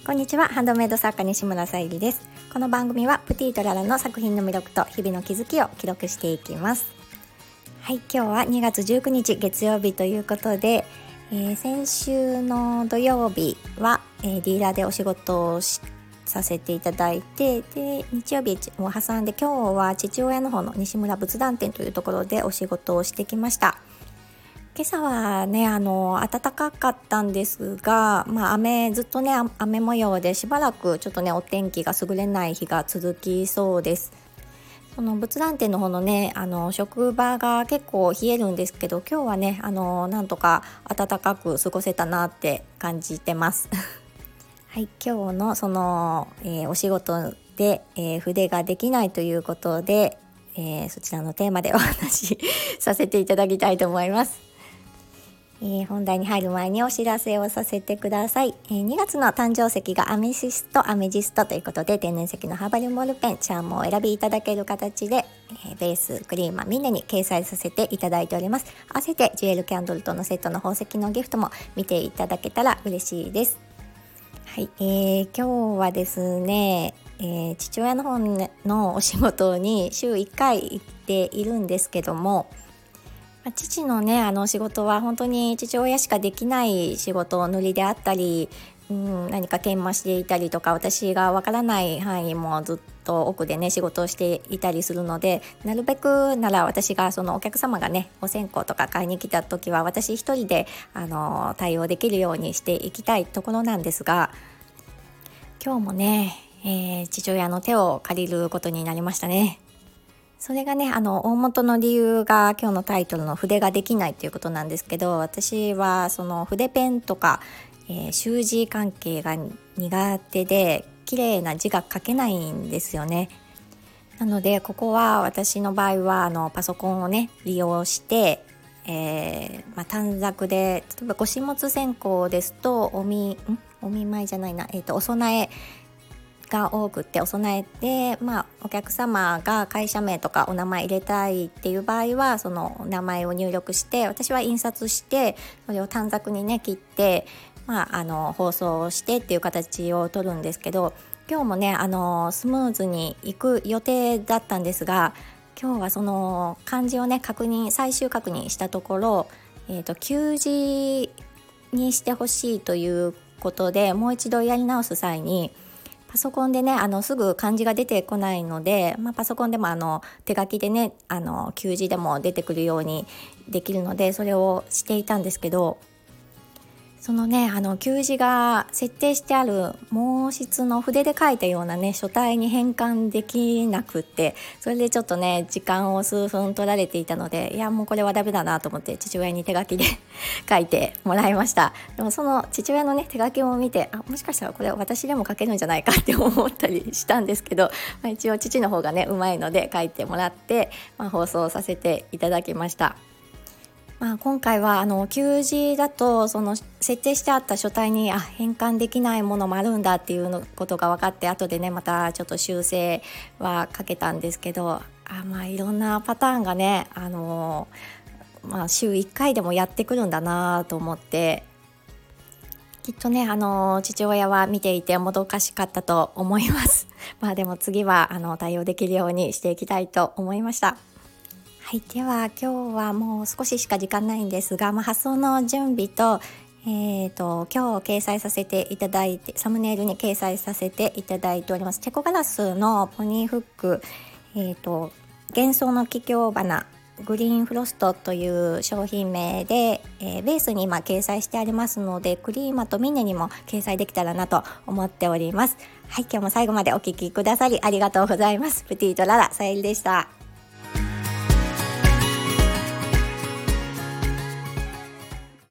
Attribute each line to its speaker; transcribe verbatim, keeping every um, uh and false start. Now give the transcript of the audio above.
Speaker 1: こんにちは。ハンドメイド作家西村さゆりです。この番組はプティとララの作品の魅力と日々の気づきを記録していきます。はい、今日はにがつじゅうくにち月曜日ということで、えー、先週の土曜日は、えー、ディーラーでお仕事をしさせていただいて、で日曜日を挟んで今日は父親の方の西村仏壇店というところでお仕事をしてきました。今朝はねあの暖かかったんですが、まあ、雨ずっとね雨模様でしばらくちょっとねお天気が優れない日が続きそうです。その仏壇店の方のねあの職場が結構冷えるんですけど、今日はねあのなんとか暖かく過ごせたなって感じてますはい、今日のその、えー、お仕事で、えー、筆ができないということで、えー、そちらのテーマでお話しさせていただきたいと思います。えー、本題に入る前にお知らせをさせてください。えー、にがつの誕生石がアメシスト、アメジストということで、天然石のハーバルモールペン、チャームをお選びいただける形で、えー、ベース、クリーマー、みんなに掲載させていただいております。合わせてジュエルキャンドルとのセットの宝石のギフトも見ていただけたら嬉しいです。はい、えー、今日はですね、えー、父親の方のお仕事に週いっかい行っているんですけども、父のねあの仕事は本当に父親しかできない仕事、塗りであったり、うん、何か研磨していたりとか、私がわからない範囲もずっと奥でね仕事をしていたりするので、なるべくなら私がそのお客様がねお線香とか買いに来た時は私一人であの対応できるようにしていきたいところなんですが、今日もね、えー、父親の手を借りることになりましたね。それがねあの大元の理由が今日のタイトルの筆ができないということなんですけど、私はその筆ペンとか、えー、習字関係が苦手で綺麗な字が書けないんですよね。なのでここは私の場合はあのパソコンをね利用して、えーまあ、短冊で例えばご子物線香ですとお見んお見舞いじゃないな、えーとお供えが多くてお供えて、まあ、お客様が会社名とかお名前入れたいっていう場合はそのお名前を入力して、私は印刷してそれを短冊にね切って、まあ、あの包装してっていう形を取るんですけど、今日もねあのスムーズにいく予定だったんですが、今日はその漢字をね確認最終確認したところ、えーと、旧字にしてほしいということでもう一度やり直す際にパソコンでねあのすぐ漢字が出てこないので、まあ、パソコンでもあの手書きでねあの旧字でも出てくるようにできるのでそれをしていたんですけど、そのねあの旧字が設定してある毛筆の筆で書いたようなね書体に変換できなくって、それでちょっとね時間を数分取られていたので、いやもうこれはダメだなと思って父親に手書きで書いてもらいました。でもその父親のね手書きを見て、あもしかしたらこれ私でも書けるんじゃないかって思ったりしたんですけど、まあ、一応父の方がねうまいので書いてもらって、まあ、放送させていただきました。まあ、今回はあの旧字だとその設定してあった書体にあ変換できないものもあるんだっていうのことが分かって、後でねまたちょっと修正はかけたんですけど、あまあいろんなパターンがねあの、まあ、週いっかいでもやってくるんだなと思って、きっとねあの父親は見ていてもどかしかったと思いますまあでも次はあの対応できるようにしていきたいと思いました。はい、では今日はもう少ししか時間ないんですが、まあ、発送の準備と、えーと、今日掲載させていただいてサムネイルに掲載させていただいておりますチェコガラスのポニーフック、えーと、幻想の桔梗花グリーンフロストという商品名で、えー、ベースに今掲載してありますので、クリーマとミネにも掲載できたらなと思っております。はい、今日も最後までお聞きくださりありがとうございます。プティとララさゆりでした。